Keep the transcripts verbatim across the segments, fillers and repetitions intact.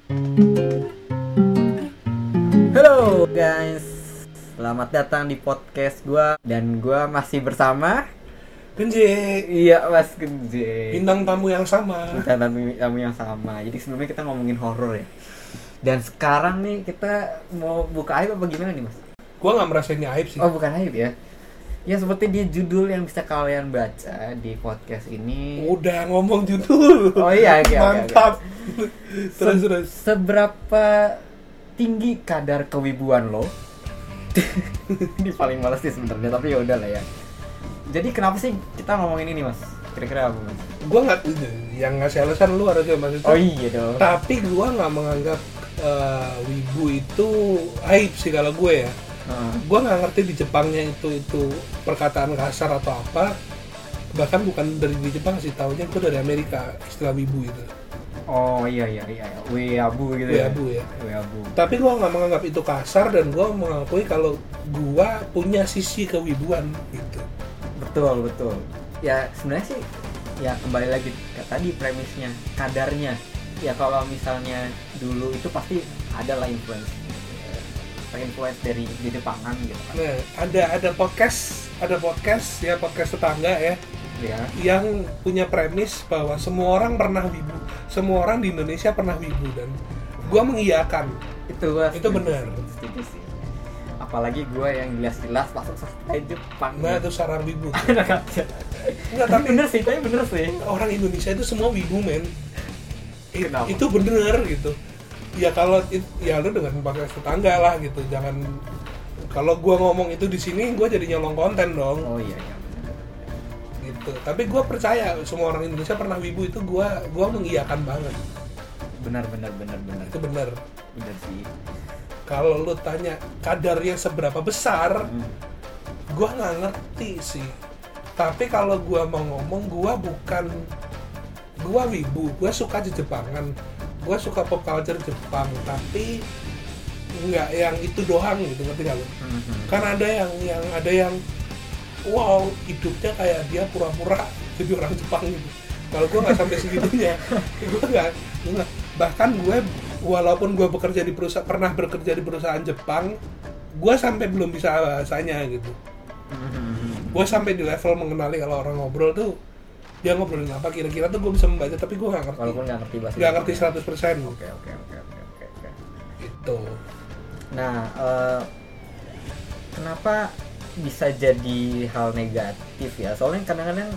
Halo guys, selamat datang di podcast gua dan gua masih bersama Genje. Iya Mas Genje. Bintang tamu yang sama. Bintang tamu tamu yang sama. Jadi sebelumnya kita ngomongin horor ya. Dan sekarang nih kita mau buka aib apa gimana nih Mas? Gua nggak merasa ini aib sih. Oh bukan aib ya. Ya seperti di judul yang bisa kalian baca di podcast ini. Udah ngomong judul. Oh iya, oke, mantap. oke, oke. terus Se- terus. Seberapa tinggi kadar kewibuan lo? Ini paling males sih sebenarnya, tapi ya udah lah ya. Jadi kenapa sih kita ngomongin ini Mas? Kira-kira apa Mas? Gua nggak yang ngasih alasan lu harusnya Mas itu. Oh iya dong. Tapi gua nggak menganggap uh, wibu itu aib sih kalau gue ya. Uh, Gua nggak ngerti di Jepangnya itu itu perkataan kasar atau apa. Bahkan bukan dari di Jepang sih, taunya itu dari Amerika istilah wibu itu. oh iya iya iya. Weabu gitu ya. Weabu ya. Weabu. Tapi gua nggak menganggap itu kasar dan gua mengakui kalau gua punya sisi kewibuan gitu. Betul betul. Ya sebenarnya sih ya kembali lagi ke tadi premisnya, kadarnya. Ya kalau misalnya dulu itu pasti ada lah influence influence dari di Jepangan gitu kan. Nah, ada ada podcast, ada podcast ya podcast tetangga ya, Ya. yang punya premis bahwa semua orang pernah wibu, semua orang di Indonesia pernah wibu dan gua mengiyakan. Itu gua Itu setuju benar. sih, setuju sih. Apalagi gue yang jelas-jelas masuk subscribe Jepang. Nah, itu sarang wibu. Anak aja. Enggak, Tapi tapi bener sih, tapi bener sih. orang Indonesia itu semua wibu, men. I- Kenapa? Itu bener gitu. Ya kalau it- ya lu dengan podcast tetangga lah gitu. Jangan kalau gua ngomong itu di sini gua jadi nyolong konten dong. Oh iya iya. Gitu. Tapi gue percaya semua orang Indonesia pernah wibu, itu gue gua mengiyakan banget. Benar benar benar benar. Itu bener. Benar sih. Kalau lu tanya kadarnya seberapa besar, Hmm. gue nggak ngerti sih. Tapi kalau gue mau ngomong, gue bukan gue wibu, gue suka Jepangan, gue suka pop culture Jepang, tapi nggak yang itu doang gitu, ngerti nggak lu? Hmm. Kan ada yang yang ada yang wow, hidupnya kayak dia pura-pura jadi orang Jepang gitu. Kalau gue nggak sampai segitunya, gue nggak, nggak. Bahkan gue, walaupun gue bekerja di perusahaan, pernah bekerja di perusahaan Jepang, gue sampai belum bisa bahasanya gitu. Hmm. Gue sampai di level mengenali kalau orang ngobrol tuh, dia ngobrolin apa kira-kira tuh gue bisa membaca, tapi gue nggak ngerti. Walaupun nggak ngerti bahasa. Nggak ngerti Jepang. seratus persen. Oke oke oke oke oke oke. Itu. Nah, eh, kenapa bisa jadi hal negatif ya? Soalnya kadang-kadang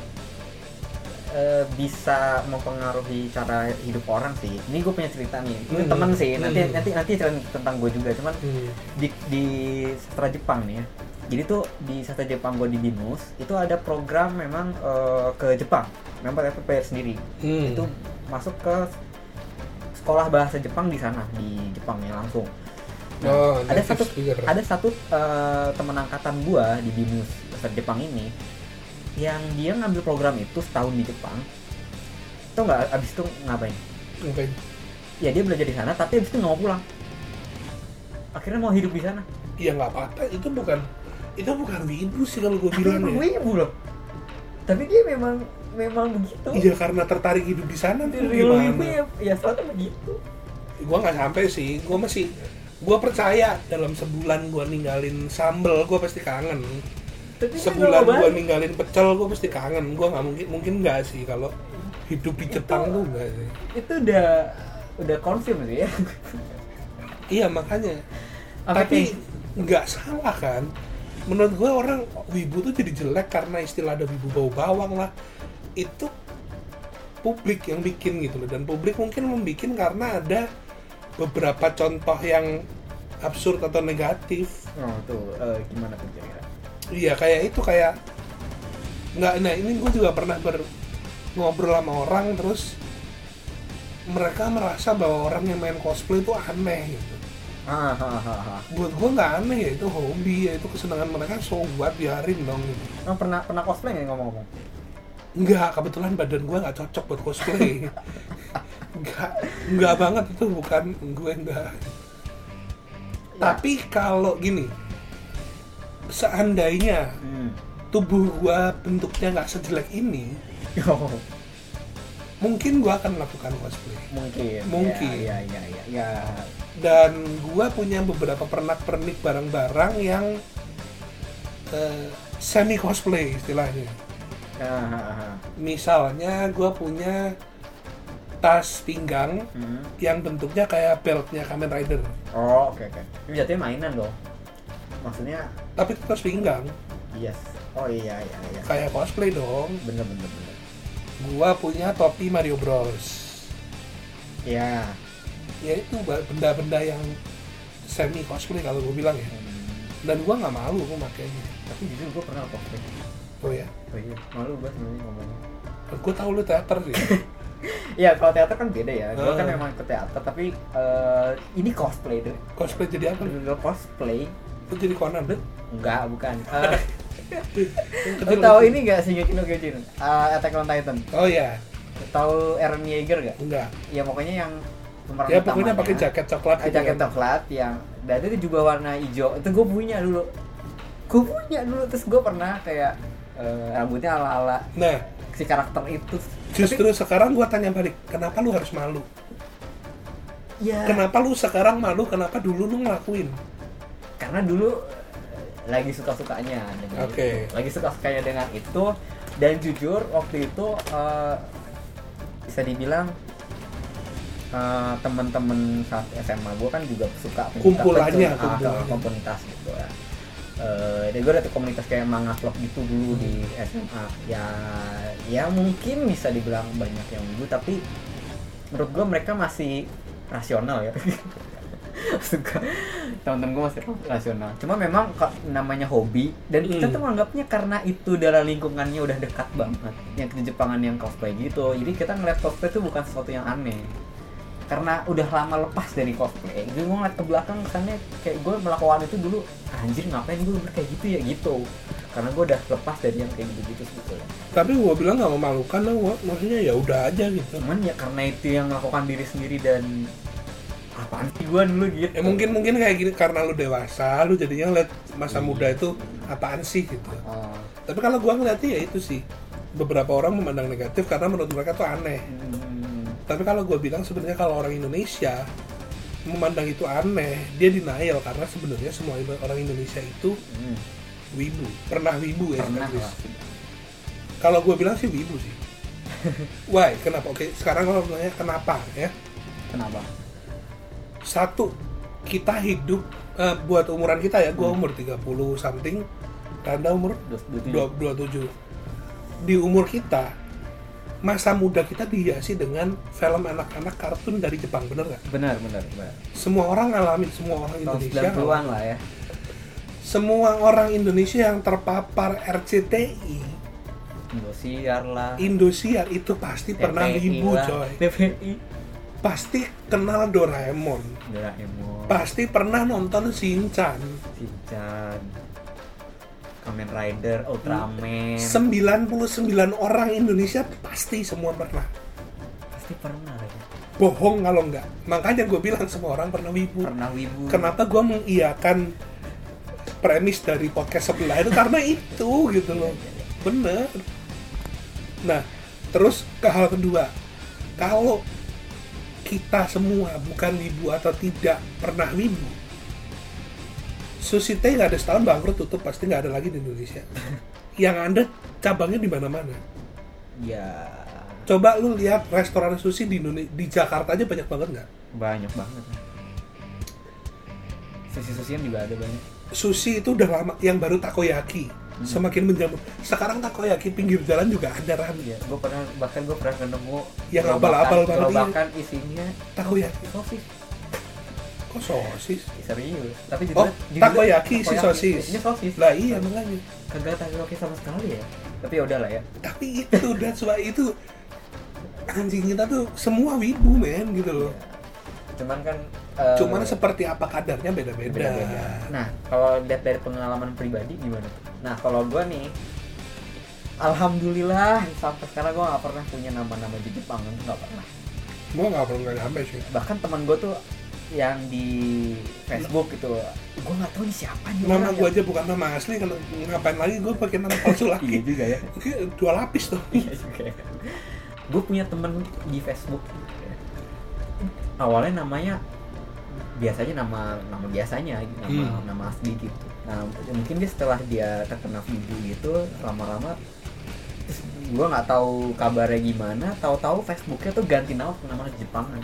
eh, bisa mempengaruhi cara hidup orang sih. Ini gue punya cerita nih. Ini Hmm. temen sih. Nanti Hmm. nanti nanti cerita tentang gue juga. Cuman Hmm. di di sastra Jepang nih ya. Jadi tuh di sastra Jepang gue di Binus itu ada program memang eh, ke Jepang. Memang pakai bayar sendiri. Hmm. Itu masuk ke sekolah bahasa Jepang di sana di Jepang ya langsung. Nah, Oh, ada native satu speaker. ada satu uh, teman angkatan gua di Binus bahasa Jepang ini yang dia ngambil program itu setahun di Jepang. Tau nggak abis itu ngapain? Oke. Ya dia belajar di sana tapi abis itu nggak mau pulang. Akhirnya mau hidup di sana. Ya nggak apa-apa, itu bukan itu bukan wibu sih kalau gue Tapi bilang emang ya. wibu loh. Tapi dia memang memang begitu. Iya, karena tertarik hidup di sana tuh Real wibu gimana? ya, ya soalnya begitu. Gue nggak sampai sih, gue masih gue percaya dalam sebulan gue ninggalin sambel gue pasti kangen. Tapi dia Sebulan nggak mau gue balik. ninggalin pecel gue pasti kangen. Gue nggak mungkin mungkin nggak sih kalau hidup di Jepang Itu- tuh nggak sih. Itu udah udah confirm sih ya. Iya makanya. Apa Tapi kayak- nggak salah kan? Menurut gue orang wibu tuh jadi jelek karena istilah ada wibu bau bawang lah. Itu publik yang bikin gitu loh, dan publik mungkin membuat karena ada beberapa contoh yang absurd atau negatif. Oh tuh eh, gimana tuh kira-kira? Iya kayak itu kayak nggak. Nah ini gue juga pernah ber, ngobrol sama orang terus mereka merasa bahwa orang yang main cosplay itu aneh gitu. Ah, ha, ha, ha. Buat gue nggak aneh ya, itu hobi ya, itu kesenangan mereka, so buat biarin dong gitu. Emang pernah pernah cosplay nggak ngomong-ngomong? Enggak, kebetulan badan gue nggak cocok buat cosplay. Enggak, enggak banget, itu bukan gue, enggak. Tapi kalau gini, seandainya Hmm. tubuh gue bentuknya nggak sejelek ini, Oh. mungkin gue akan melakukan cosplay. Mungkin. Mungkin. Ya, ya, ya, ya. Dan gue punya beberapa pernak-pernik barang-barang yang uh, semi cosplay istilahnya. Ah, Misalnya gue punya tas pinggang hmm. yang bentuknya kayak beltnya Kamen Rider. Oh, oke okay, oke. Okay. Ini jatuhnya mainan loh. Maksudnya. Tapi itu tas pinggang. Yes. Oh iya iya iya. Kayak cosplay dong. Bener bener bener. Gua punya topi Mario Bros. Ya. Ya itu benda-benda yang semi cosplay kalau gue bilang ya. Hmm. Dan gua nggak malu gue makainya. Tapi jujur gue pernah cosplay. Oh ya. Oh iya. Malu gue sebenarnya ngomongnya. Gue tahu lu teater sih. Iya, kalau teater kan beda ya. Gue kan Hmm. memang ke teater, tapi uh, ini cosplay tuh. Cosplay jadi apa? Gue cosplay. Lu jadi Conan deh. Enggak, bukan. Uh, lu tahu ini enggak Shingeki no Kyojin? Uh, Attack on Titan. Oh iya. Tahu Eren Yeager enggak? Enggak. Ya pokoknya yang pemeran Ya pokoknya utamanya, pakai jaket coklat uh, gitu jaket kan. coklat yang dan itu juga warna hijau. Itu gue punya dulu. Gue punya dulu terus gue pernah kayak uh, rambutnya ala-ala Nah, si karakter itu. justru tapi, sekarang gua tanya balik, kenapa lu harus malu? Ya. Kenapa lu sekarang malu? Kenapa dulu lu ngelakuin? Karena dulu lagi suka-sukanya dengan okay. itu. Lagi suka-sukanya dengan itu dan jujur waktu itu uh, bisa dibilang uh, teman-teman saat S M A gue kan juga suka kumpulannya pencul, kumpulannya. uh, komunitas gitu ya. Uh, dan gue ada tuh komunitas kayak manga club gitu dulu hmm. di S M A ya ya mungkin bisa dibilang banyak yang dulu tapi menurut gue mereka masih rasional ya. Suka teman-teman gue masih rasional cuma memang namanya hobi dan hmm. kita tuh menganggapnya karena itu dalam lingkungannya udah dekat banget yang di Jepangan yang cosplay gitu jadi kita ngeliat cosplay itu bukan sesuatu yang aneh karena udah lama lepas dari cosplay jadi gue ngeliat ke belakang kesannya kayak gue melakukan itu dulu anjir ngapain gue kayak gitu ya gitu karena gue udah lepas dari yang kayak gitu-gitu sebetulnya tapi gue bilang gak memalukan lah maksudnya ya udah aja gitu cuman ya karena itu yang melakukan diri sendiri dan apaan sih gue dulu gitu ya mungkin mungkin kayak gini karena lu dewasa lu jadinya ngeliat masa muda itu apaan sih gitu oh. Tapi kalau gue ngeliatnya ya itu sih beberapa orang memandang negatif karena menurut mereka tuh aneh hmm. Tapi kalau gue bilang sebenarnya kalau orang Indonesia memandang itu aneh, dia denial karena sebenarnya semua orang Indonesia itu hmm. wibu, pernah wibu ya. Pernah lah. Kalau gue bilang sih wibu sih. Why? Kenapa? Oke, sekarang kalau nanya kenapa ya? Kenapa? Satu, kita hidup uh, buat umuran kita ya, gue hmm. umur tiga puluh something, Randa umur dua puluh tujuh. Di umur kita masa muda kita dihiasi dengan film anak-anak kartun dari Jepang, bener nggak? Benar, benar, benar. Semua orang ngalamin, semua orang Indonesia ngalamin lah ya. Semua orang Indonesia yang terpapar R C T I, Indosiar lah. Indosiar itu pasti T V I pernah wibu coy. T V I. Pasti kenal Doraemon. Doraemon. Pasti pernah nonton Shinchan. Shinchan. Kamen Rider, Ultraman. sembilan puluh sembilan orang Indonesia pasti semua pernah. Pasti pernah ya. Bohong kalau enggak. Makanya gue bilang semua orang pernah wibu. Pernah wibu. Kenapa gue mengiyakan premis dari podcast sebelah itu karena itu gitu loh. Bener. Nah, terus ke hal kedua. Kalau kita semua bukan wibu atau tidak pernah wibu, Sushi Tei nggak ada setahun bangkrut tutup pasti nggak ada lagi di Indonesia. Yang ada cabangnya di mana-mana. Ya. Coba lu lihat restoran sushi di Indonesia, di Jakarta aja banyak banget nggak? Banyak banget. Sushi-sushian juga ada banyak. Sushi itu udah lama, yang baru takoyaki. Hmm. Semakin menjamur. Sekarang takoyaki pinggir jalan juga ada Ran. Ya, gue pernah bahkan gue pernah nemu yang abal-abal banget. Bahkan isinya takoyaki. Sosis. Kok sosis? Serius. Tapi judul, oh, takoyaki si sosis. Ini sosis. Lah iya makanya. Kagak takoyaki sama sekali ya. Tapi ya udahlah ya. Tapi itu that's why itu anjing kita tuh semua wibu men gitu loh. Cuman kan uh, cuman seperti apa kadarnya beda-beda. beda-beda. Nah, kalau lihat dari pengalaman pribadi gimana? Nah, kalau gue nih alhamdulillah sampai sekarang gue nggak pernah punya nama-nama di Jepang, nggak pernah. Gue nggak pernah nggak sampai sih. Bahkan teman gue tuh yang di Facebook gitu, gue nggak tahu ini siapa nih. Nama gue aja bukan nama asli, kalau ngapain lagi gue pakai nama palsu lagi. Iya juga ya. Oke, dua lapis tuh. Iya juga. gue punya temen di Facebook awalnya namanya biasanya nama nama biasanya nama hmm. nama asli gitu. Nah mungkin dia setelah dia terkena video gitu lama-lama terus gue nggak tahu kabarnya gimana, tahu-tahu Facebooknya tuh ganti nama ke nama Jepangan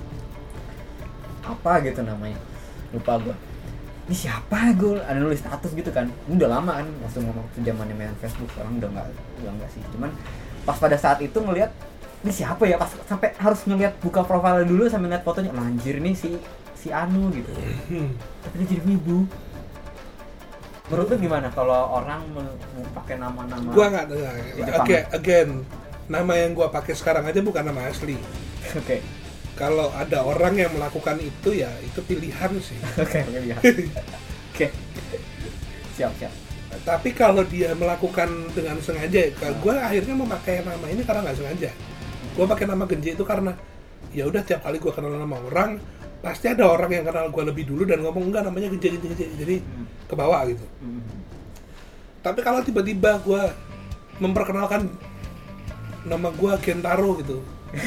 apa gitu namanya, lupa gue. Ini siapa, gue ada nulis status gitu kan, ini udah lama kan langsung ngomong zamannya main Facebook, sekarang udah nggak udah nggak sih, cuman pas pada saat itu ngelihat ini siapa ya, pas sampai harus ngelihat buka profile dulu sampai ngeliat fotonya, anjir nih si si Anu gitu. Tapi dia jadi wibu. Menurut lu gimana kalau orang mau pakai nama-nama? Gua nggak tahu. Again, again, nama yang gua pakai sekarang aja bukan nama asli. Oke. Okay. Kalau ada orang yang melakukan itu ya itu pilihan sih. Oke, pilihan. Oke. Siap, siap. Tapi kalau dia melakukan dengan sengaja, oh. gue akhirnya memakai nama ini karena nggak sengaja. Gue pakai nama Genji itu karena ya udah tiap kali gue kenal nama orang pasti ada orang yang kenal gue lebih dulu dan ngomong enggak namanya Genji Genji Genji, jadi hmm. ke bawah gitu. Hmm. Tapi kalau tiba-tiba gue memperkenalkan nama gue Gentaro gitu,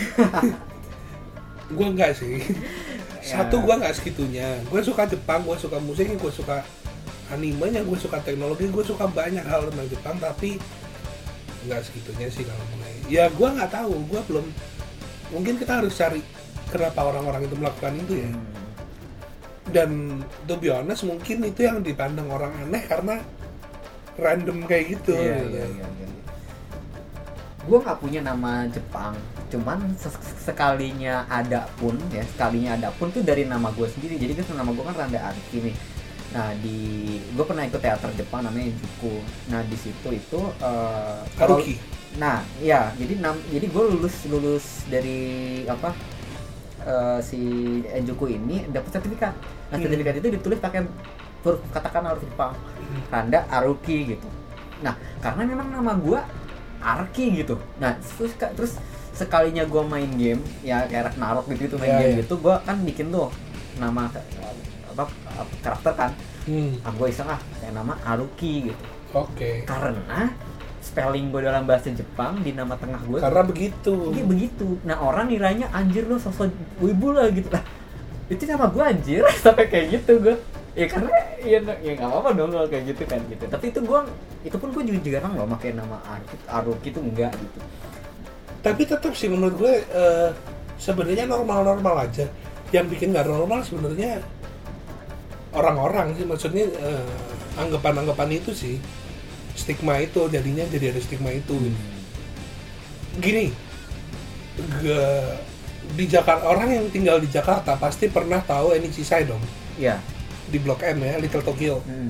gue enggak sih. Satu gue nggak segitunya. Gue suka Jepang, gue suka musiknya, gue suka animenya, gue suka teknologi, gue suka banyak hal tentang Jepang, tapi nggak segitunya sih kalau mulai. Ya gue nggak tahu, gue belum. Mungkin kita harus cari kenapa orang-orang itu melakukan itu ya. Hmm. Dan to be honest, mungkin itu yang dipandang orang aneh karena random kayak gitu. Iya, gitu. iya, iya, iya. Gue nggak punya nama Jepang, cuman sekalinya ada pun ya, sekalinya ada pun tuh dari nama gue sendiri. Jadi kan nama gue kan Randa Arki nih. Nah di gue pernah ikut teater Jepang namanya Enjuku. Nah di situ itu uh, Haruki. Nah ya jadi nam, jadi gue lulus lulus dari apa uh, si Enjuku ini dapat sertifikat. Nah hmm. sertifikat itu ditulis pakai huruf katakana huruf Jepang, Randa Aruki gitu. Nah karena memang nama gue Arki gitu. Nah terus terus sekalinya gue main game ya kayak Ragnarok gitu itu main yeah, game yeah. gitu, gue kan bikin tuh nama apa karakter kan, hmm. ah gue iseng ah kayak nama Haruki gitu. Oke. Okay. Karena spelling gue dalam bahasa Jepang di nama tengah gue. Karena begitu. Iya begitu. Nah orang nilainya anjir lo sosok wibu lah gitu lah. Itu nama gue anjir sampai kayak gitu gue. Ya karena ya ya nggak apa-apa dong kalau kayak gitu kan gitu. Tapi itu gue itu pun gue juga jarang loh pakai nama Haruki itu enggak gitu. Tapi tetap sih menurut gue uh, sebenarnya normal-normal aja. Yang bikin nggak normal sebenarnya orang-orang sih, maksudnya uh, anggapan-anggapan itu sih, stigma itu jadinya jadi ada stigma itu. Hmm. Gini, g- di Jakarta orang yang tinggal di Jakarta pasti pernah tahu Eni Cisai dong. Iya. Di Blok M ya, Little Tokyo. Hmm.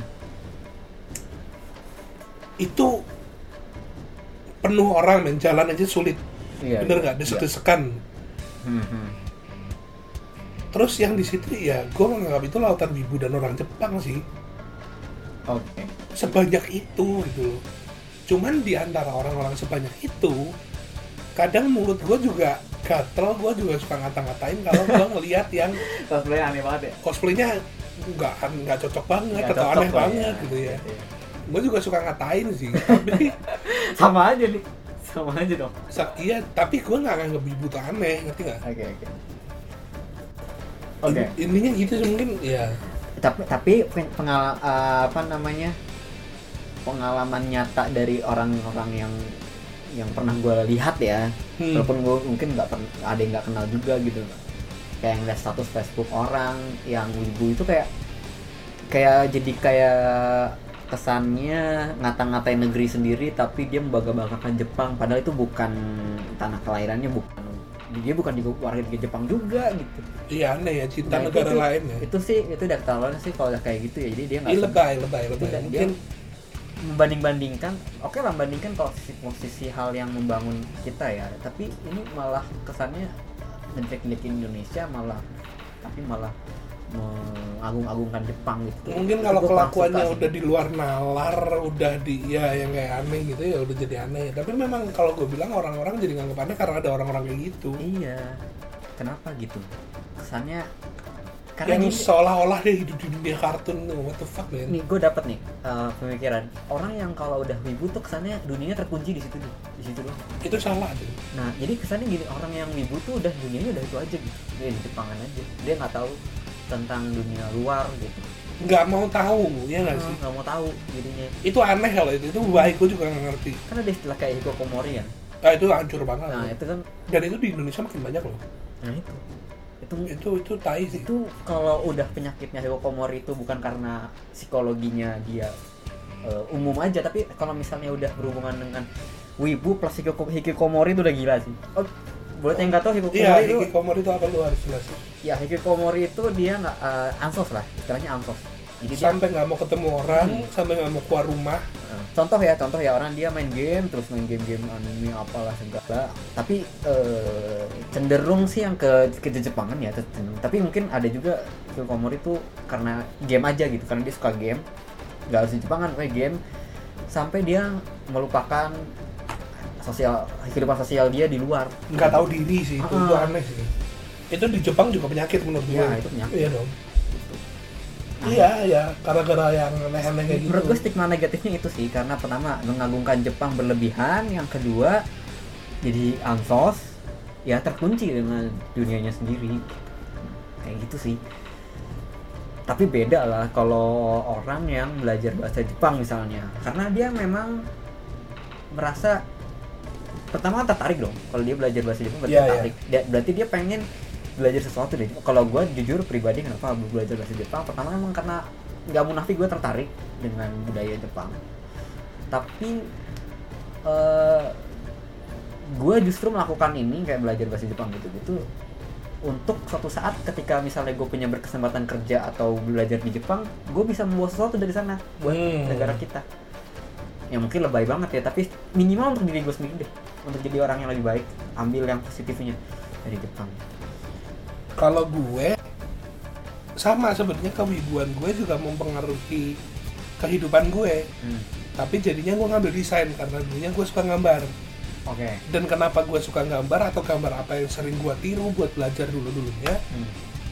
Itu penuh orang, men, jalan aja sulit. Iya, bener nggak? Iya. Desek-desekan. Hmm, hmm. Terus yang di situ ya, gue menganggap itu lautan wibu dan orang Jepang sih. Oke. Okay. Sebanyak itu gitu loh. Cuman di antara orang-orang sebanyak itu, kadang mulut gue juga gatel, gue juga suka ngata-ngatain kalau gue ngelihat yang cosplay aneh banget ya. Cosplaynya nggak nggak cocok banget, atau aneh banget ya, gitu ya. ya. Gue juga suka ngatain sih, tapi sama aja nih, sama aja dong. Iya, tapi gue nggak nganggep wibu tuh aneh, ngerti nggak? Oke okay, oke. Okay. Oke. Okay. Intinya gitu sih mungkin ya. Tapi tapi pengal uh, apa namanya pengalaman nyata dari orang-orang yang yang pernah gue lihat ya, hmm. walaupun gue mungkin nggak ada yang nggak kenal juga gitu, kayak ngeliat status Facebook orang yang wibu itu kayak kayak jadi kayak kesannya ngata-ngatain negeri sendiri tapi dia membangga-banggakan Jepang, padahal itu bukan tanah kelahirannya, bukan dia bukan di warga Jepang juga gitu. Iya aneh ya, cinta nah, negara itu, lain ya. Itu sih itu udah ketahuan sih kalau udah kayak gitu ya, jadi dia nggak. Lebay lebay lebay. Dia, mungkin membanding-bandingkan, oke okay lah bandingkan posisi, posisi hal yang membangun kita ya, tapi ini malah kesannya menjelek-jelekin Indonesia malah, tapi malah mengagung-agungkan Jepang gitu. Mungkin kalau kelakuannya udah di luar nalar, udah di ya yang kayak aneh gitu ya udah jadi aneh. Tapi memang kalau gue bilang orang-orang jadi nganggep aneh karena ada orang-orang kayak gitu. Iya. Kenapa gitu? Kesannya Karena yang gini, seolah-olah dia hidup di dunia kartun tuh, what the fuck man. nih gue dapet nih uh, pemikiran orang yang kalau udah wibu tuh kesannya dunianya terkunci di situ tuh, di situ loh. Itu salah tuh. Nah jadi kesannya gini, orang yang wibu tuh udah dunianya udah itu aja gitu, dia di Jepangan aja, dia nggak tahu tentang dunia luar gitu, Nggak mau tahu, ya nggak Nah, sih? nggak mau tahu jadinya. Itu aneh kalau itu, itu baik, gue juga nggak ngerti. Kan ada istilah kayak hikikomori kan. Ah itu hancur banget. Nah itu kan, Dan itu di Indonesia makin banyak loh. nah itu itu Itu itu tai sih. itu kalau udah penyakitnya hikikomori itu bukan karena psikologinya dia uh, umum aja, tapi kalau misalnya udah berhubungan dengan wibu plus hikiko- hikikomori itu udah gila sih. Oh, buat yang nggak tahu hikikomori Iya, itu, hikikomori itu apa lu harus jelasin. ya hikikomori itu dia nggak uh, ansos lah, istilahnya ansos. Jadi dia, Sampai nggak mau ketemu orang, Hmm. sampai nggak mau keluar rumah. uh, contoh ya, contoh ya orang dia main game terus main game-game anime apalah segala, tapi uh, cenderung sih yang ke ke Jepangan ya, cenderung. Tapi mungkin ada juga hikikomori itu karena game aja gitu, karena dia suka game, nggak harus di Jepangan, kayak game sampai dia melupakan sosial kehidupan sosial dia di luar. Nggak tahu diri sih, itu, Ah. itu aneh sih. Itu di Jepang juga penyakit menurut gue. Iya, itu penyakit. Iya dong. Iya, ya, gara-gara yang aneh-aneh kayak gitu. Menurut gue stigma negatifnya itu sih, karena pertama mengagungkan Jepang berlebihan, yang kedua jadi ansos, ya terkunci dengan dunianya sendiri, kayak gitu sih. Tapi beda lah kalau orang yang belajar bahasa Jepang misalnya, karena dia memang merasa pertama tertarik dong. Kalau dia belajar bahasa Jepang berarti Iya, iya. tertarik. Dia- berarti dia pengen belajar sesuatu deh. Kalau gue jujur pribadi kenapa belajar bahasa Jepang? Pertama memang karena nggak munafik, gue tertarik dengan budaya Jepang. Tapi uh, gue justru melakukan ini kayak belajar bahasa Jepang gitu-gitu untuk suatu saat ketika misalnya gue punya berkesempatan kerja atau belajar di Jepang, gue bisa membawa sesuatu dari sana buat Hmm. negara kita. Ya mungkin lebay banget ya, tapi minimal untuk diri gue sendiri deh, untuk jadi orang yang lebih baik, ambil yang positifnya dari Jepang. Kalau gue sama sebenarnya, kewibuan gue juga mempengaruhi kehidupan gue. Hmm. Tapi jadinya gue ngambil desain karena dulunya gue suka gambar. Oke. Okay. Dan kenapa gue suka gambar atau gambar apa yang sering gue tiru buat belajar dulu-dulunya, Hmm.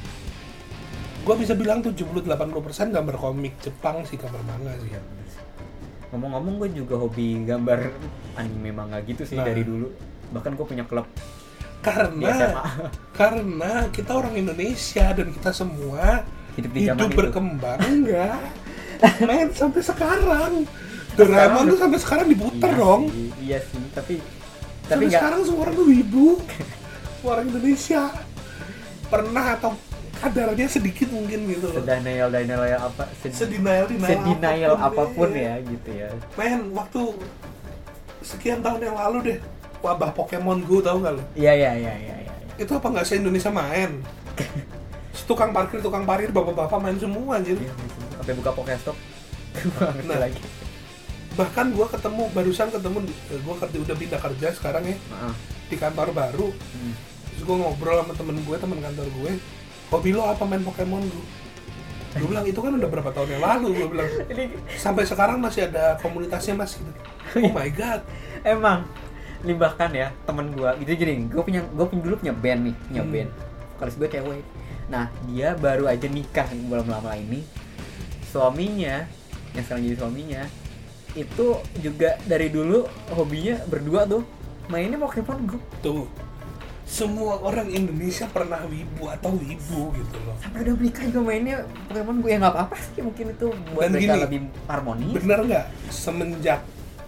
gue bisa bilang tujuh puluh sampai delapan puluh persen gambar komik Jepang sih, gambar manga sih. Iya, bener sih. Ngomong-ngomong, gue juga hobi gambar anime manga gitu sih Nah. dari dulu. Bahkan gue punya klub di S M Karena A. karena kita orang Indonesia dan kita semua Hidup di zaman hidup itu. berkembang enggak. Men sampai sekarang Doraemon tuh sampai sekarang diputer Iya dong. sih, iya sih, tapi tapi Sampai nggak. sekarang semua orang tuh wibu. Semua orang Indonesia pernah atau kadarnya sedikit mungkin gitu loh. Sedenial denial apa? Sed- Sedenial denial sedenial apapun, apapun iya. ya gitu ya. Men, waktu sekian tahun yang lalu deh, wabah Pokemon Go tau gak lo? Iya iya iya iya. iya. Itu apa nggak se-Indonesia main? Tukang parkir, tukang parkir, bapak-bapak main semua anjir. Iya, sampai buka Pokestop. Gue ngerti Nah. lagi. Bahkan gua ketemu, barusan ketemu, gua kerja, udah pindah kerja sekarang ya, Maaf. di kantor baru. Hmm. Terus gua ngobrol sama temen gue, temen kantor gue, hobi lo apa main Pokemon Go? Gue bilang, itu kan udah berapa tahun yang lalu, gue bilang. Ini Sampai sekarang masih ada komunitasnya mas gitu. Oh my god. emang limbahkan ya temen gue gitu. Jadi gue punya gue punya dulu punya band nih, punya Hmm. band vokalis gue cewek. Nah dia baru aja nikah belum lama ini. Suaminya yang sekarang jadi suaminya itu juga dari dulu hobinya berdua tuh mainnya Pokemon Go. Tuh, semua orang Indonesia pernah wibu atau wibu gitu loh. Sampai udah menikah juga mainnya Pokemon Go, ya nggak apa-apa sih, mungkin itu buat Dan mereka gini, lebih harmonis. Bener nggak? Semenjak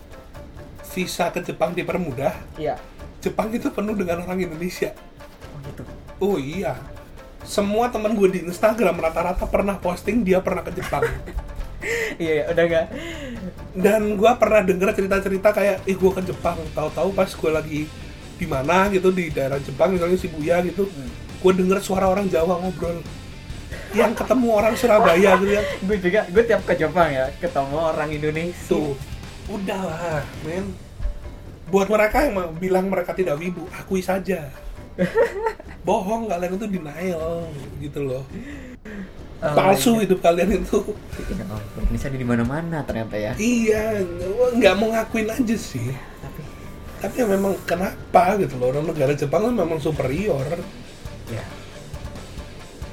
visa ke Jepang dipermudah, Iya. Jepang itu penuh dengan orang Indonesia. Oh gitu. Oh iya, semua teman gue di Instagram rata-rata pernah posting dia pernah ke Jepang. Iya, iya, udah nggak. Dan gue pernah denger cerita-cerita kayak, ih gue ke Jepang, tahu-tahu pas gue lagi di mana gitu di daerah Jepang, misalnya Shibuya gitu, Hmm. gue denger suara orang Jawa ngobrol, yang ketemu orang Surabaya gitu ya. Gue juga, gue tiap ke Jepang ya ketemu orang Indonesia. Tuh, udahlah, men. Buat mereka yang mau bilang mereka tidak wibu, akui saja. Bohong, kalian itu denial gitu loh. Oh, Palsu iya. hidup kalian itu. Ya, oh, Indonesia di mana-mana ternyata ya. Iya, nggak mau ngakuin aja sih. Tapi Tapi ya memang kenapa gitu loh, orang negara Jepang kan memang superior. ya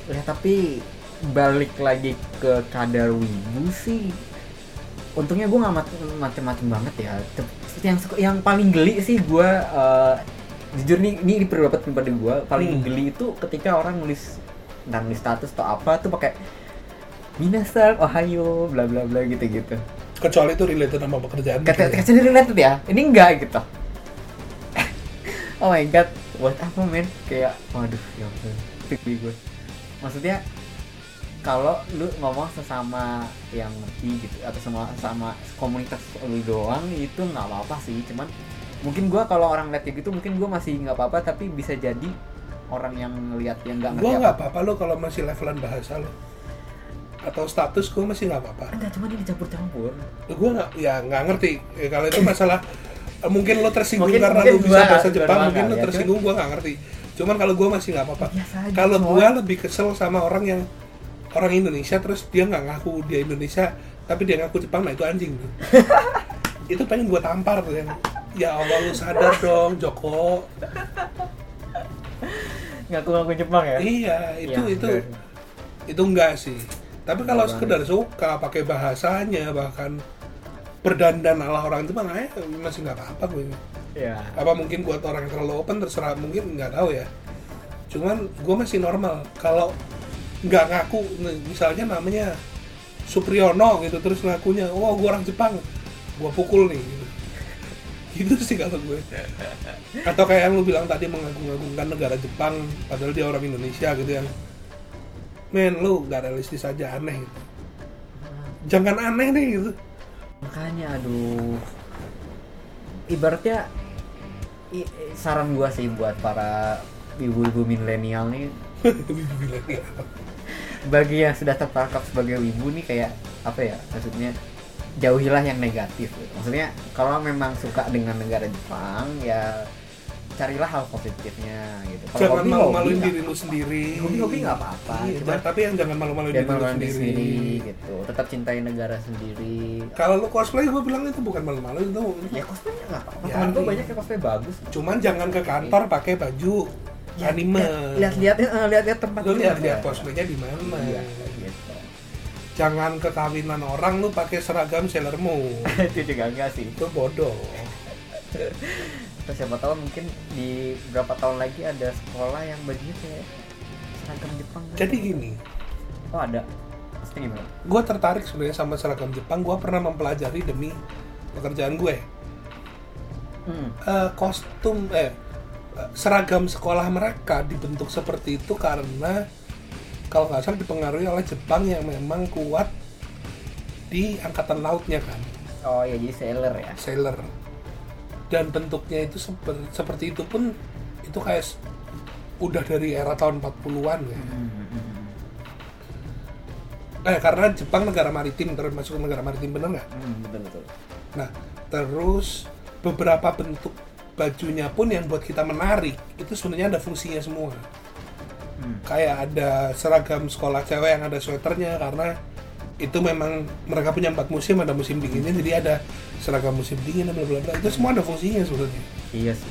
Ya tapi balik lagi ke kadar wibu sih, untungnya gue nggak macem-macem banget ya. Yang yang paling geli sih gue, uh, jujur nih, ini pendapat pribadi gue paling hmm. geli itu ketika orang nulis dan di status atau apa tuh pakai minasan ohayo bla bla bla gitu-gitu. Kecuali itu related sama pekerjaan. Kecuali related ya, ini enggak gitu. Oh my god, buat apa men? Kayak waduh ya ampun, pipi gue. Maksudnya kalau lu ngomong sesama yang ngerti gitu atau sama sama komunitas lu doang itu nggak apa-apa sih, cuman mungkin gue kalau orang lihat kayak gitu mungkin gue masih nggak apa-apa, tapi bisa jadi orang yang ngelihat yang nggak ngerti. Gue nggak apa-apa lo kalau masih levelan bahasa lo atau status, gue masih nggak apa-apa. Enggak, cuma ini dicampur-campur. Gue nggak, ya nggak ngerti. Ya, kalau itu masalah mungkin lo tersinggung mungkin, karena mungkin lo bisa bahasa gua, Jepang, mungkin gua lo ya, tersinggung, gue nggak ngerti. Cuman kalau gue masih nggak apa-apa. Kalau gue lebih kesel sama orang yang orang Indonesia terus dia nggak ngaku dia Indonesia tapi dia ngaku Jepang, nah itu anjing tuh. Itu pengen gue tampar tuh yang, ya Allah lu sadar dong Joko. Ngaku-ngaku Jepang ya? Iya, itu ya, itu bener. Itu enggak sih. Tapi kalau ya, sekedar suka pakai bahasanya, bahkan berdandan ala orang Jepang, aja masih nggak apa-apa gue. Ya. Apa mungkin buat orang yang terlalu open terserah, mungkin nggak tahu ya. Cuman gue masih normal kalau nggak ngaku, misalnya namanya Supriyono gitu terus ngakunya, oh gue orang Jepang, gue pukul nih. Gitu. Gitu sih kalau gue. Atau kayak yang lu bilang tadi mengagung-agungkan negara Jepang padahal dia orang Indonesia gitu yang, men lu gak realistis aja, aneh gitu. Jangan aneh nih gitu. Makanya aduh, ibaratnya i, saran gue sih buat para ibu-ibu milenial nih. Ibu milenial. Bagi yang sudah terperangkap sebagai wibu nih, kayak apa ya, maksudnya jauhilah yang negatif gitu. Maksudnya kalau memang suka dengan negara Jepang ya carilah hal positifnya gitu. Kalau jangan malu-maluin diri lu sendiri. Hobi-hobi nggak apa-apa. Iya, cuma tapi yang jangan malu-maluin diri lu sendiri. sendiri gitu. Tetap cintai negara sendiri. Kalau lu cosplay gue bilang itu bukan malu-maluin tuh. Ya cosplay nggak apa-apa. Ya, temen gue banyak yang cosplay bagus. Cuman jangan ke kantor pakai baju ya, anime. Lihat-lihat lihat-lihat tempat. Lu lihat-lihat cosplaynya di mana. Iya, gitu. Jangan ke kawinan orang lu pakai seragam Sailor Moon. Itu juga enggak sih. Itu bodoh. Terus siapa tahu mungkin di berapa tahun lagi ada sekolah yang bajunya kayak seragam Jepang. Jadi gini. Oh ada. Pasti gimana? Gue tertarik sebenarnya sama seragam Jepang. Gue pernah mempelajari demi pekerjaan gue. Hmm. Uh, kostum eh seragam sekolah mereka dibentuk seperti itu karena kalau nggak salah dipengaruhi oleh Jepang yang memang kuat di angkatan lautnya kan. Oh ya, jadi sailor ya. Sailor. Dan bentuknya itu seper- seperti itu pun itu kayak udah dari era tahun empat puluhan ya. Mm-hmm. Eh karena Jepang negara maritim, termasuk negara maritim, bener nggak? Mm, betul betul. Nah terus beberapa bentuk bajunya pun yang buat kita menarik itu sebenarnya ada fungsinya semua. Hmm. Kayak ada seragam sekolah cewek yang ada sweaternya karena itu memang mereka punya empat musim, ada musim dinginnya, jadi ada seragam musim dingin, bla bla bla. Itu semua ada fungsinya sebenarnya. Iya sih.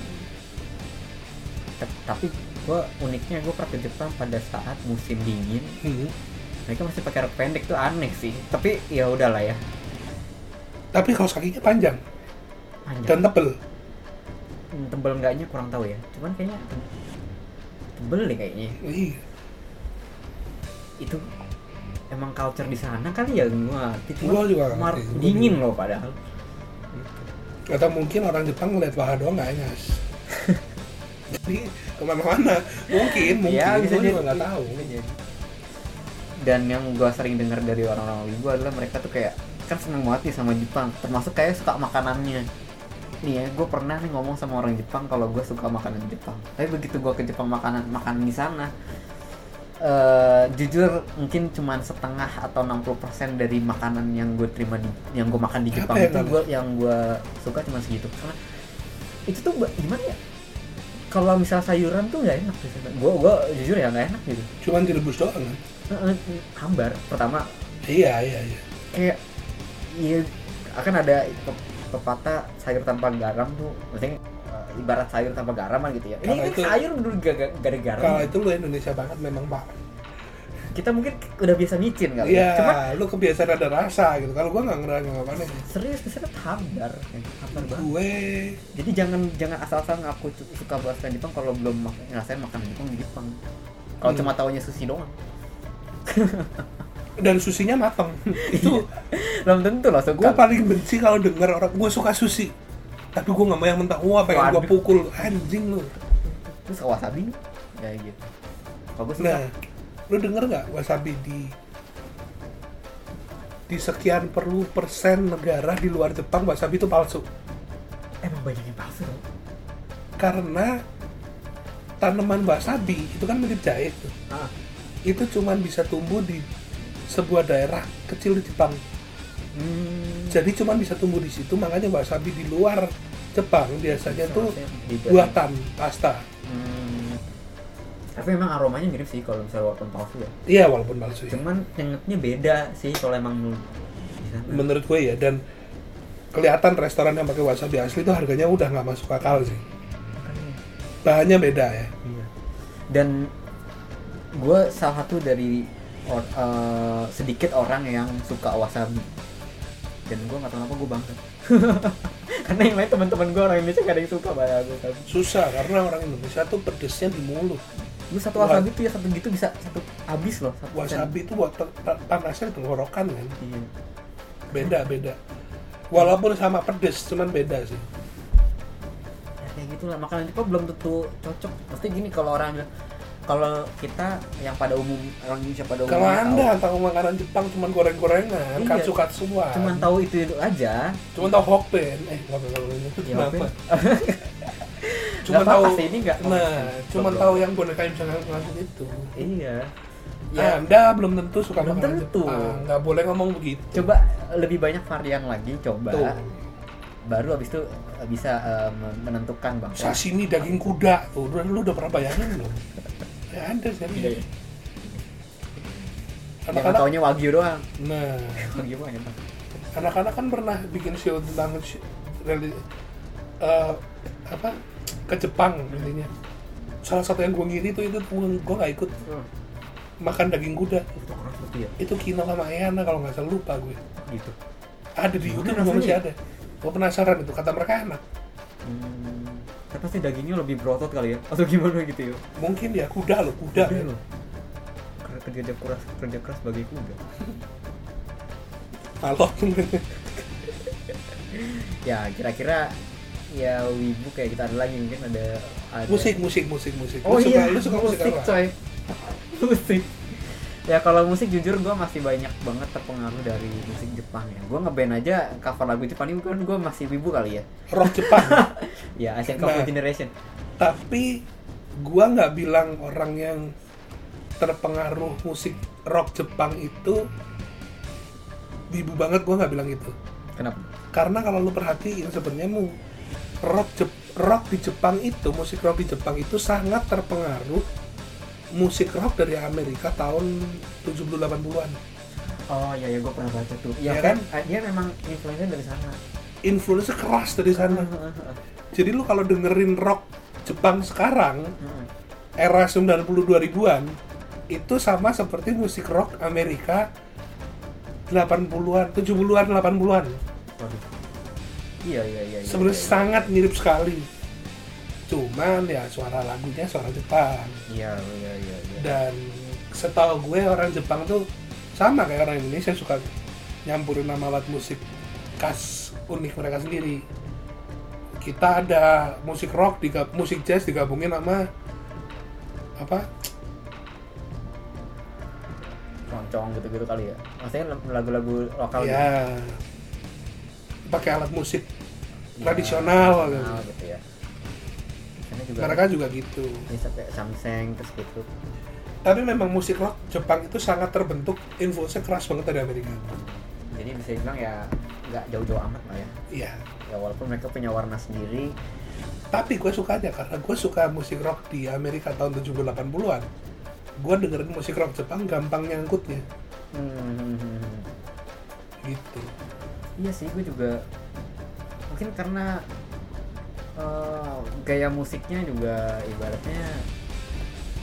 Tapi gue uniknya gue pernah ke Jepang pada saat musim dingin. Hmm. Mereka masih pakai rok pendek, tuh aneh sih. Tapi ya udahlah ya. Tapi kaos kakinya panjang. Panjang. Dan tebel. Hmm, tebel enggaknya kurang tahu ya. Cuman kayaknya tebel deh kayaknya. Iya. Itu emang culture di sana kali ya, gua gua juga mar- dingin loh padahal. Atau mungkin orang Jepang ngeliat paha doang nggak enak. Jadi kemana-mana mungkin mungkin ya, bisa gua jadi, juga nggak tahu. Jadi. Dan yang gua sering dengar dari orang-orang wibu adalah mereka tuh kayak kan seneng banget nih sama Jepang, termasuk kayak suka makanannya. Nih ya, gue pernah nih ngomong sama orang Jepang kalau gue suka makanan Jepang. Tapi begitu gue ke Jepang makanan makanan di sana, uh, jujur mungkin cuma setengah atau enam puluh persen dari makanan yang gue terima di yang gue makan di Jepang itu gue yang gue suka cuma segitu. Karena itu tuh gimana ya? Kalau misal sayuran tuh nggak enak gitu. Gue gue jujur ya nggak enak gitu. Cuman direbus doang kan? Hambar pertama. Iya iya iya. Kayak iya akan ada pepatah sayur tanpa garam tuh, maksudnya uh, ibarat sayur tanpa garam gitu ya. Ini, ini sayur dulu gak, gak ada garam. Kalau itu lu Indonesia banget memang Pak. kita mungkin udah biasa micin kali. Iya, Cuman lu kebiasaan ada rasa gitu. Kalau gue nggak ngerasa nggak aneh. serius kesannya hambar, ya, hambar banget. Gue Jadi jangan jangan asal-asal ngaku cu- suka masakan Jepang kalau belum mak- ngerasain makanan Jepang di Jepang. Kalau Hmm. cuma taunya sushi doang. dan susinya mateng. Itu Belum tentu loh suka. gue paling benci kalau denger orang gue suka sushi, tapi gue nggak mau yang mentah. Wah, pengen gue Waduh. pukul, anjing lu. Terus wasabi ya gitu. Kalau gue suka. Nah, lu denger nggak wasabi di di sekian perlu persen negara di luar Jepang wasabi itu palsu Emang banyak yang palsu loh. karena tanaman wasabi itu kan mirip jahe tuh. Ah. Itu cuman bisa tumbuh di sebuah daerah kecil di Jepang. Hmm. Jadi cuman bisa tumbuh di situ, makanya wasabi di luar Jepang biasanya tuh Dibuat- buatan pasta. Hmm. Tapi memang aromanya mirip sih kalau misalnya walaupun palsu ya. Iya, walaupun palsu ya. Cuman nyengetnya beda sih kalau emang lu di sana. Menurut gue ya, dan kelihatan restoran yang pakai wasabi asli itu harganya udah nggak masuk akal sih. Makanya. Bahannya beda ya. Iya. Dan gue salah satu dari or, eh, sedikit orang yang suka wasabi. Dan gue nggak tahu kenapa gue bangga. Karena yang lain teman-teman gue orang Indonesia gak ada yang suka banget wasabi. Susah karena orang Indonesia tuh pedesnya di mulut. Lu satu Wah. wasabi tuh ya satu gitu bisa satu habis loh. Satu Wasabi itu buat te- te- panasnya di tenggorokan kan. Iya. Beda-beda. Walaupun sama pedes, cuman beda sih. Ya, kayak gitulah makanan Jepang belum tentu cocok. Pasti gini kalau orang bilang kalau kita yang pada umum orang Indonesia pada Kalau umumnya anda tahu makanan Jepang cuman goreng-gorengan, Iya. katsu-katsuan, tahu, cuman tahu itu itu aja. cuman tahu hokben, eh nggak apa kalau itu Ya, kenapa? Hokben. Cuman Nggak tahu, apa-apa sih, ini nggak- nah, cuman Goblok. tahu yang boneka yang bisa ngangkut itu. Iya. Ya, anda belum tentu suka Belum makanan tentu. Jepang, nggak boleh ngomong begitu. Coba lebih banyak varian lagi coba. Tuh. Baru habis itu bisa eh, menentukan bahwa Sashimi daging kuda, tuh, lu, lu udah pernah bayangin belum? Ya ada sih. Iya, iya. Yang Anak-anak, taunya wagyu doang. nah, Wagyu mah enak. anak-anak kan pernah bikin show tentang sh- reli, eh, apa ke Jepang intinya. Salah satu yang gue ngiri tuh itu gue nggak ikut makan daging kuda. Itu keras pasti ya. Itu Kino sama Ayana kalau nggak salah, lupa gue. Gitu. Ada di Gimana YouTube juga masih rasanya? ada. Gue penasaran itu, kata mereka enak. Hmm. Tapi pasti dagingnya lebih berotot kali ya. Atau gimana gitu ya. Mungkin ya kuda loh, kuda. Kuda loh. Kerja keras kerja keras bagi kuda. Halo. Ya kira-kira ya wibu kayak kita ada lagi mungkin ada, ada... musik, musik, musik, musik. Oh lu iya, suka, lu suka musik, musik apa? coy. Musik. Ya kalau musik jujur gue masih banyak banget terpengaruh dari musik Jepang ya. Gue ngeband aja cover lagu Jepang ini kan gue masih wibu kali ya. Rock Jepang. Ya Asian Cover Nah. Generation. Tapi gua nggak bilang orang yang terpengaruh musik rock Jepang itu wibu banget, gua nggak bilang gitu. Kenapa? Karena kalau lu perhatiin sebenarnya mu rock Jep- rock di Jepang itu, musik rock di Jepang itu sangat terpengaruh musik rock dari Amerika tahun tujuh puluh delapan puluhan. Oh iya ya gue pernah baca tuh. Iya Ya kan? kan dia memang influence dari sana. Influence keras dari sana. Jadi lu kalau dengerin rock Jepang sekarang era sembilan puluh dua ribuan itu sama seperti musik rock Amerika delapan puluhan, tujuh puluhan, delapan puluhan. Waduh. Iya iya iya. iya, Sebenarnya iya, sangat mirip sekali. Cuman ya suara lagunya suara Jepang. Iya iya iya. iya. Dan setahu gue orang Jepang tuh sama kayak orang Indonesia, suka nyampurin nama alat musik khas unik mereka sendiri. Kita ada musik rock, digab- musik jazz digabungin sama apa? Keroncong gitu-gitu kali ya. Maksudnya lagu-lagu lokal Ya, pakai alat musik gitu. tradisional Ya, gitu. tradisional gitu ya. Sana juga Mereka juga gitu. bisa kayak samseng terus gitu. Tapi memang musik rock Jepang itu sangat terbentuk, influence keras banget dari Amerika. Jadi bisa dibilang ya nggak jauh-jauh amat lah ya. Iya. Ya walaupun mereka punya warna sendiri. Tapi gue suka aja karena gue suka musik rock di Amerika tahun tujuh puluh delapan puluhan. Gue dengerin musik rock Jepang gampang nyangkutnya. Hmm. Gitu. Iya sih, gue juga mungkin karena uh, gaya musiknya juga ibaratnya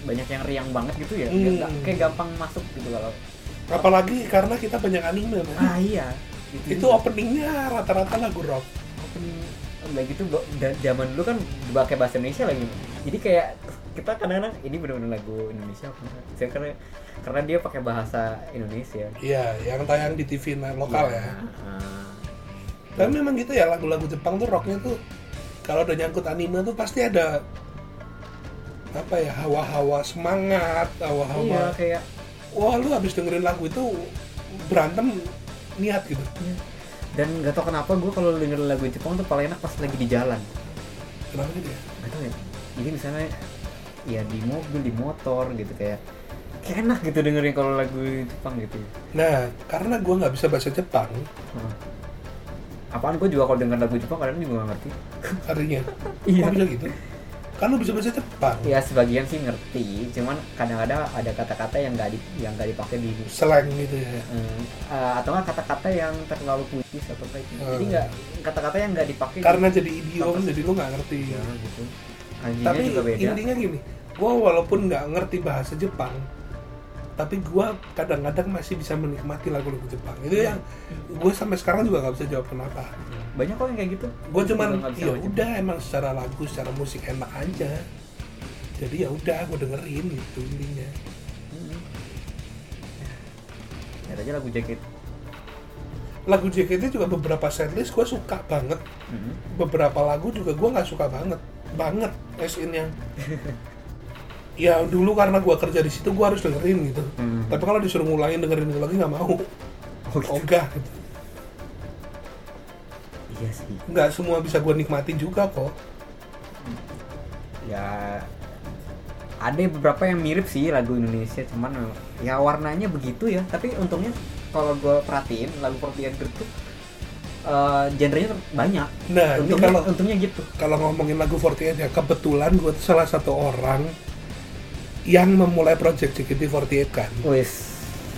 banyak yang riang banget gitu ya, Hmm. nggak kayak gampang masuk gitu kalau. Apalagi karena kita banyak anime kan. Ah iya. Gitu Itu juga. openingnya rata-rata lagu rock. Opening udah gitu bo- da- zaman dulu kan pakai bahasa Indonesia lagi. Jadi kayak kita kadang-kadang ini benar-benar lagu Indonesia apa enggak? Saya karena karena dia pakai bahasa Indonesia. Iya, yang tayang di T V na- lokal ya. ah. Tapi memang gitu ya, lagu-lagu Jepang tuh rocknya tuh kalau udah nyangkut anime tuh pasti ada apa ya, hawa-hawa semangat, Iya hawa-hawa kayak wah lu habis dengerin lagu itu berantem niat gitu. iya. Dan nggak tau kenapa gue kalau denger lagu Jepang tuh paling enak pas lagi di jalan. Kenapa gitu ya? Nggak tahu ya. Jadi misalnya ya di mobil, di motor gitu kayak kayak enak gitu dengerin kalau lagu Jepang gitu. Nah, karena gue nggak bisa bahasa Jepang, Hmm. Apaan gue juga kalau denger lagu Jepang kadang juga nggak ngerti. artinya Iya. kok bisa gitu? Kan lu bisa bahasa Jepang. Ya sebagian sih ngerti, cuman kadang-kadang ada kata-kata yang nggak di yang nggak dipakai di Slang gitu ya. hmm, uh, atau nggak kata-kata yang terlalu puitis atau kayak gitu. Jadi Hmm. nggak kata-kata yang nggak dipakai. Karena jadi idiom, Apa sih? jadi lu nggak ngerti. ya gitu. Kanjinya Tapi juga beda. intinya gini, gue walaupun nggak ngerti bahasa Jepang, tapi gue kadang-kadang masih bisa menikmati lagu-lagu Jepang. Itu yang gue sampai sekarang juga nggak bisa jawab kenapa. Banyak kok yang kayak gitu. Gue cuman juga nggak bisa ya baca. udah emang secara lagu, secara musik enak aja. Jadi ya udah gue dengerin gitu intinya. Hmm. Ya aja lagu jaket. Lagu J K T juga beberapa setlist gue suka banget. Hmm. Beberapa lagu juga gue nggak suka banget, banget as in yang ya dulu karena gue kerja di situ gue harus dengerin gitu. Hmm. Tapi kalau disuruh ngulangin dengerin itu lagi nggak mau. Oh, gitu. Ogah gitu. Iya sih. Nggak semua bisa gue nikmatin juga kok. Ya ada beberapa yang mirip sih lagu Indonesia, cuman memang- ya warnanya begitu ya. Tapi untungnya kalau gue perhatiin lagu Fortian Group tuh uh, genrenya banyak. Nah ini Untungnya, kalau untungnya gitu. kalau ngomongin lagu forty eight ya, kebetulan gue tuh salah satu orang yang memulai project J K T forty eight kan. Wis.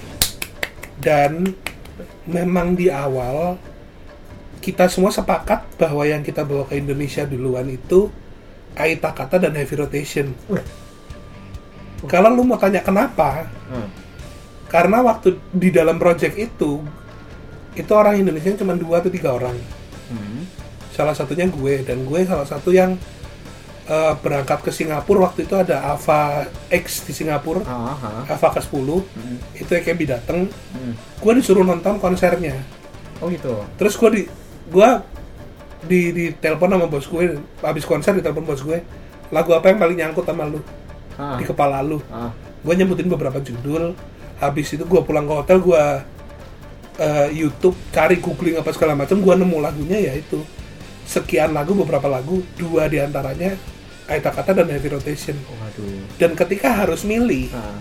Dan memang di awal kita semua sepakat bahwa yang kita bawa ke Indonesia duluan itu Aita Kata dan Heavy Rotation. Wih. Kalau lu mau tanya kenapa, Hmm. karena waktu di dalam project itu itu orang Indonesia cuma dua atau tiga orang. Hmm. Salah satunya gue, dan gue salah satu yang uh, berangkat ke Singapura. Waktu itu ada Ava X di Singapura, Ah, ah. Ava ke sepuluh. Hmm. Itu E K B dateng, Hmm. gue disuruh nonton konsernya. Oh gitu. Terus gue di gue di di telepon sama bos gue, habis konser di telepon bos gue, lagu apa yang paling nyangkut sama lu Ah. di kepala lu? Ah. Gue nyebutin beberapa judul. Habis itu gue pulang ke hotel, gue uh, YouTube cari googling apa segala macam, gue nemu lagunya yaitu sekian lagu, beberapa lagu, dua diantaranya Aita Kata dan Heavy Rotation. Waduh. Dan ketika harus milih, Ah.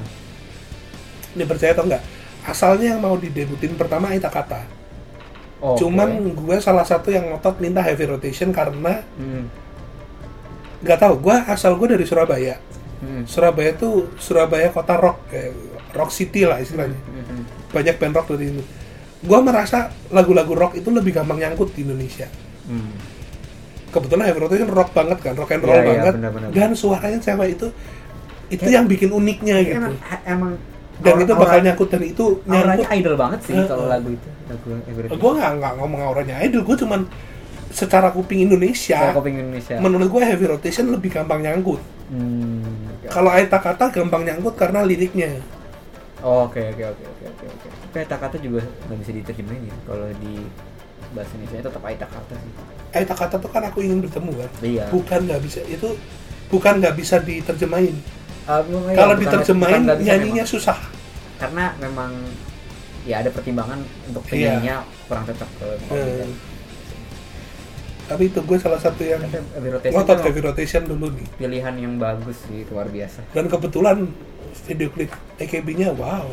ini percaya atau enggak, asalnya yang mau didebutin pertama Aita Kata. Oh, Cuman oke. gue salah satu yang ngotot minta Heavy Rotation karena Hmm. nggak tahu, gue asal gue dari Surabaya. Hmm. Surabaya tuh Surabaya kota rock, kayak rock city lah istilahnya. Hmm. Banyak band rock dari ini. Gue merasa lagu-lagu rock itu lebih gampang nyangkut di Indonesia. Hmm. Kebetulan Heavy Rotation rock banget kan, rock and roll Iya, iya, banget. benar-benar. Dan suaranya cewek itu itu Ya. yang bikin uniknya gitu. Emang, emang Dan aura- itu bakal aura- nyangkut, dan itu nyangkut. auranya idol banget sih Eh, kalau eh. lagu itu. Lagu Everything. Gue nggak nggak ngomong auranya idol, gue cuman secara kuping Indonesia. Saya Koping Indonesia. Menurut gue Heavy Rotation lebih gampang nyangkut. Hmm. Kalau Aita Kata gampang nyangkut karena liriknya. Oh, oke oke oke oke oke oke. Tapi kata-kata juga nggak bisa diterjemahin ya. Kalau di bahasa Indonesia tetap Aita Kata sih. Aita Kata tuh kan aku ingin bertemu kan. Iya. Bukan nggak bisa, itu bukan nggak bisa diterjemahin. Ah, bukan- iya, Kalau bukan- diterjemahin bukan nggak bisa nyanyinya memang. susah. Karena memang ya ada pertimbangan untuk Iya. penyanyinya kurang cocok ke Eh, Tapi itu gue salah satu yang Tapi Heavy Rotation ngotot tuh Heavy Rotation dulu nih. pilihan yang bagus sih, luar biasa. Dan kebetulan video klip A K B-nya wow.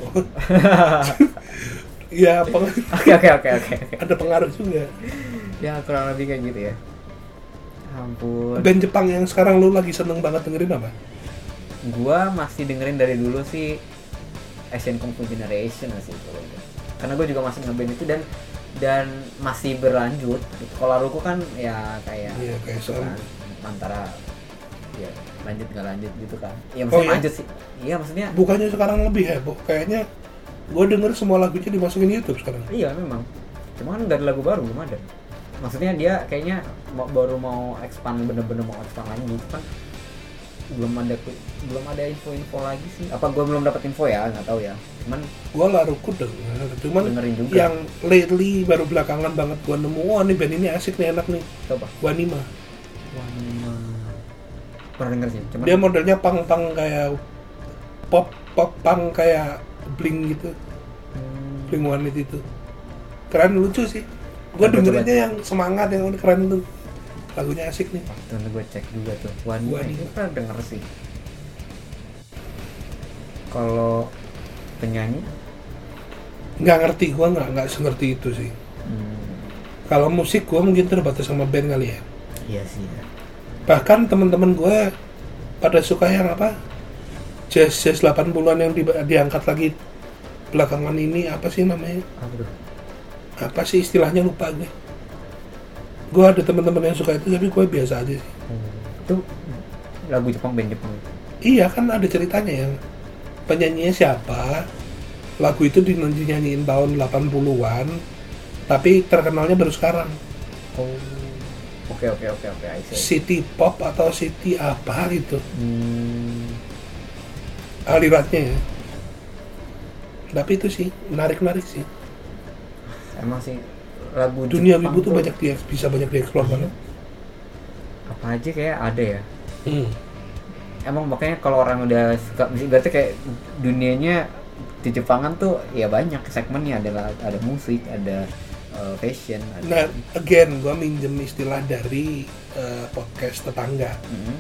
Ya peng- Oke oke oke oke. ada pengaruh juga. Ya kurang lebih kayak gitu ya. Ampun. Band Jepang yang sekarang lu lagi seneng banget dengerin apa? Gua masih dengerin dari dulu sih Asian Kung Fu Generation sih kalau gua. Karena gue juga masih ngeband itu dan dan masih berlanjut gitu. Kalau Laruku kan ya kayak Iya, kayak gitu soal- kan, antara ya lanjut nggak lanjut gitu kan. Iya maksudnya Oh, iya? lanjut sih. Iya maksudnya. Bukannya sekarang lebih heboh, kayaknya gue denger semua lagunya dimasukin YouTube sekarang. Iya memang. Cuma kan nggak ada lagu baru, belum ada. Maksudnya dia kayaknya mau, baru mau expand, bener-bener mau expand lagi gitu kan. Belum ada belum ada info-info lagi sih. Apa gue belum dapat info ya, nggak tahu ya. Cuman Gue Laruku denger, cuman dengerin juga. yang lately baru belakangan banget gue nemu, oh nih band ini asik nih, enak nih. coba. Wanima. Wanima. Pernah denger sih. Cuman Dia modelnya punk-punk kayak pop pop punk kayak Blink gitu. hmm, Blink One Eight itu. Keren, lucu sih. Gue Coba, dengerinnya yang semangat, yang keren tuh. Lagunya asik nih. tuh gue cek juga tuh. Wanima. Wanima. Gue pernah denger sih. Kalau penyanyi Nggak ngerti, gue nggak nggak sengerti itu sih. hmm, Kalau musik gue mungkin terbatas sama band kali ya. iya sih ya. Bahkan teman-teman gue pada suka yang apa, jazz jazz delapan puluhan yang di, diangkat lagi belakangan ini, apa sih namanya, Aduh. apa sih istilahnya, lupa gue. Gue ada teman-teman yang suka itu, tapi gue biasa aja sih. Hmm, itu lagu Jepang, band Jepang. Iya kan ada ceritanya yang penyanyinya siapa, lagu itu dinyanyiin tahun delapan puluhan, tapi terkenalnya baru sekarang. Oh, oke oke oke oke. I see. City pop atau city apa gitu Hmm, alirannya ya. Tapi itu sih menarik-menarik sih. emang sih lagu Dunia Jepang wibu tuh banyak dia bisa banyak dieksplor banget. apa aja kayak ada ya. Hmm. Emang makanya kalau orang udah suka musik berarti kayak dunianya di Jepangan tuh ya banyak segmennya, ada ada musik, ada uh, fashion, ada. Nah, again, gue minjem istilah dari uh, podcast tetangga. Mm-hmm.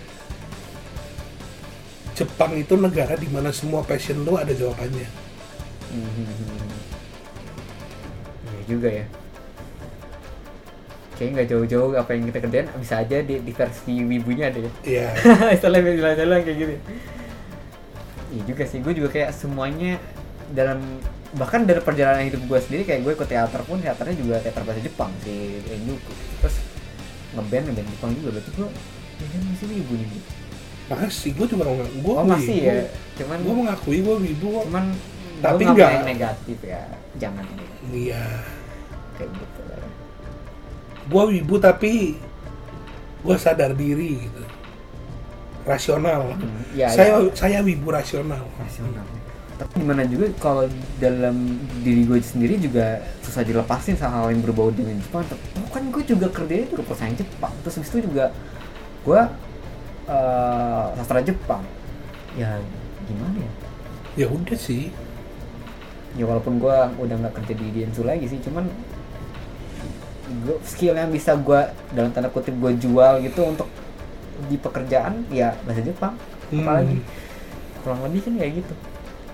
Jepang itu negara di mana semua passion lo ada jawabannya. Mm-hmm. Iya juga ya. Kayaknya nggak jauh-jauh apa yang kita kerjain bisa aja di, di versi wibunya ada ya. Iya. Istilah-istilah kayak gitu. Iya juga sih, gue juga kayak semuanya dalam, bahkan dari perjalanan hidup gue sendiri kayak gue ikut teater pun teaternya juga teater bahasa Jepang sih, Enjuku. Terus ngeband ngeband Jepang juga, berarti gue ya kan masih wibu nih. Masih, gue juga nggak, gue Oh masih ya, cuman gue mengakui gue wibu kok. cuman Tapi gue nggak nggak- mau yang negatif ya, jangan ini Iya, kayak gitu lah. gue wibu tapi gue sadar diri gitu, rasional. Hmm, ya, saya ya. saya wibu rasional. Rasional. Tapi gimana juga kalau dalam diri gue sendiri juga susah dilepasin sama hal yang berbau dengan Jepang. Oh, kan gue juga kerjanya itu perusahaan Jepang, terus habis itu juga gue uh, sastra Jepang. Ya gimana ya? Ya udah sih. Ya walaupun gue udah nggak kerja di Densu lagi sih, cuman gua, skill yang bisa gue dalam tanda kutip gue jual gitu untuk di pekerjaan ya bahasa Jepang. Hmm. Apalagi kurang lebih kan kayak gitu.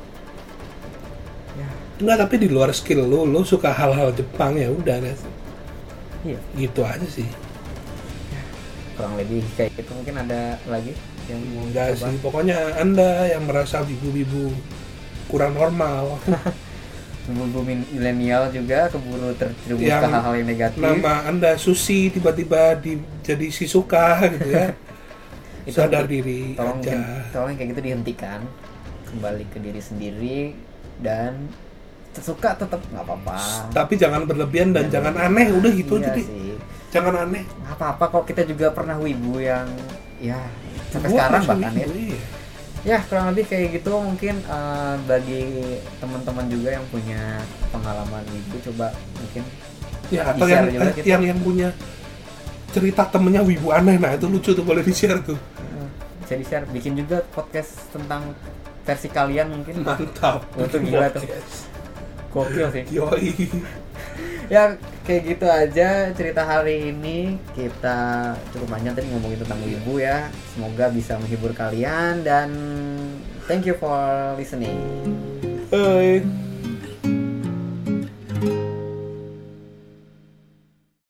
Ya. Enggak, tapi di luar skill lo, lo suka hal-hal Jepang ya udah deh. Iya. Gitu aja sih. Kurang lebih kayak gitu. Mungkin ada lagi yang mau Enggak coba? sih, pokoknya Anda yang merasa wibu-wibu kurang normal, Keburu milenial juga keburu terjerumus Yang ke hal-hal yang negatif. nama Anda Susi tiba-tiba di, jadi Shizuka gitu ya. Itu Sadar henti- diri tolong aja. hen- tolong kayak gitu dihentikan, kembali ke diri sendiri dan suka tetap nggak apa-apa. Tapi jangan berlebihan dan jangan aneh, udah gitu Iya aja deh. sih. Jangan aneh. Nggak apa-apa kok, kita juga pernah wibu yang ya sampai Gua sekarang masih bahkan ya. wibu, iya. Ya kurang lebih kayak gitu. Mungkin uh, bagi teman-teman juga yang punya pengalaman wibu, coba mungkin Ya, atau di-share yang, juga eh, gitu. yang yang punya cerita temennya wibu aneh, nah itu lucu tuh, boleh di-share tuh. Hmm, bisa di-share, bikin juga podcast tentang versi kalian mungkin. Mantap. Oh, itu gila tuh. Podcast. Gokil sih. Yoi. Ya kayak gitu aja cerita hari ini. Kita cukup banyak tadi ngomongin tentang wibu ya. Semoga bisa menghibur kalian dan thank you for listening. Hai.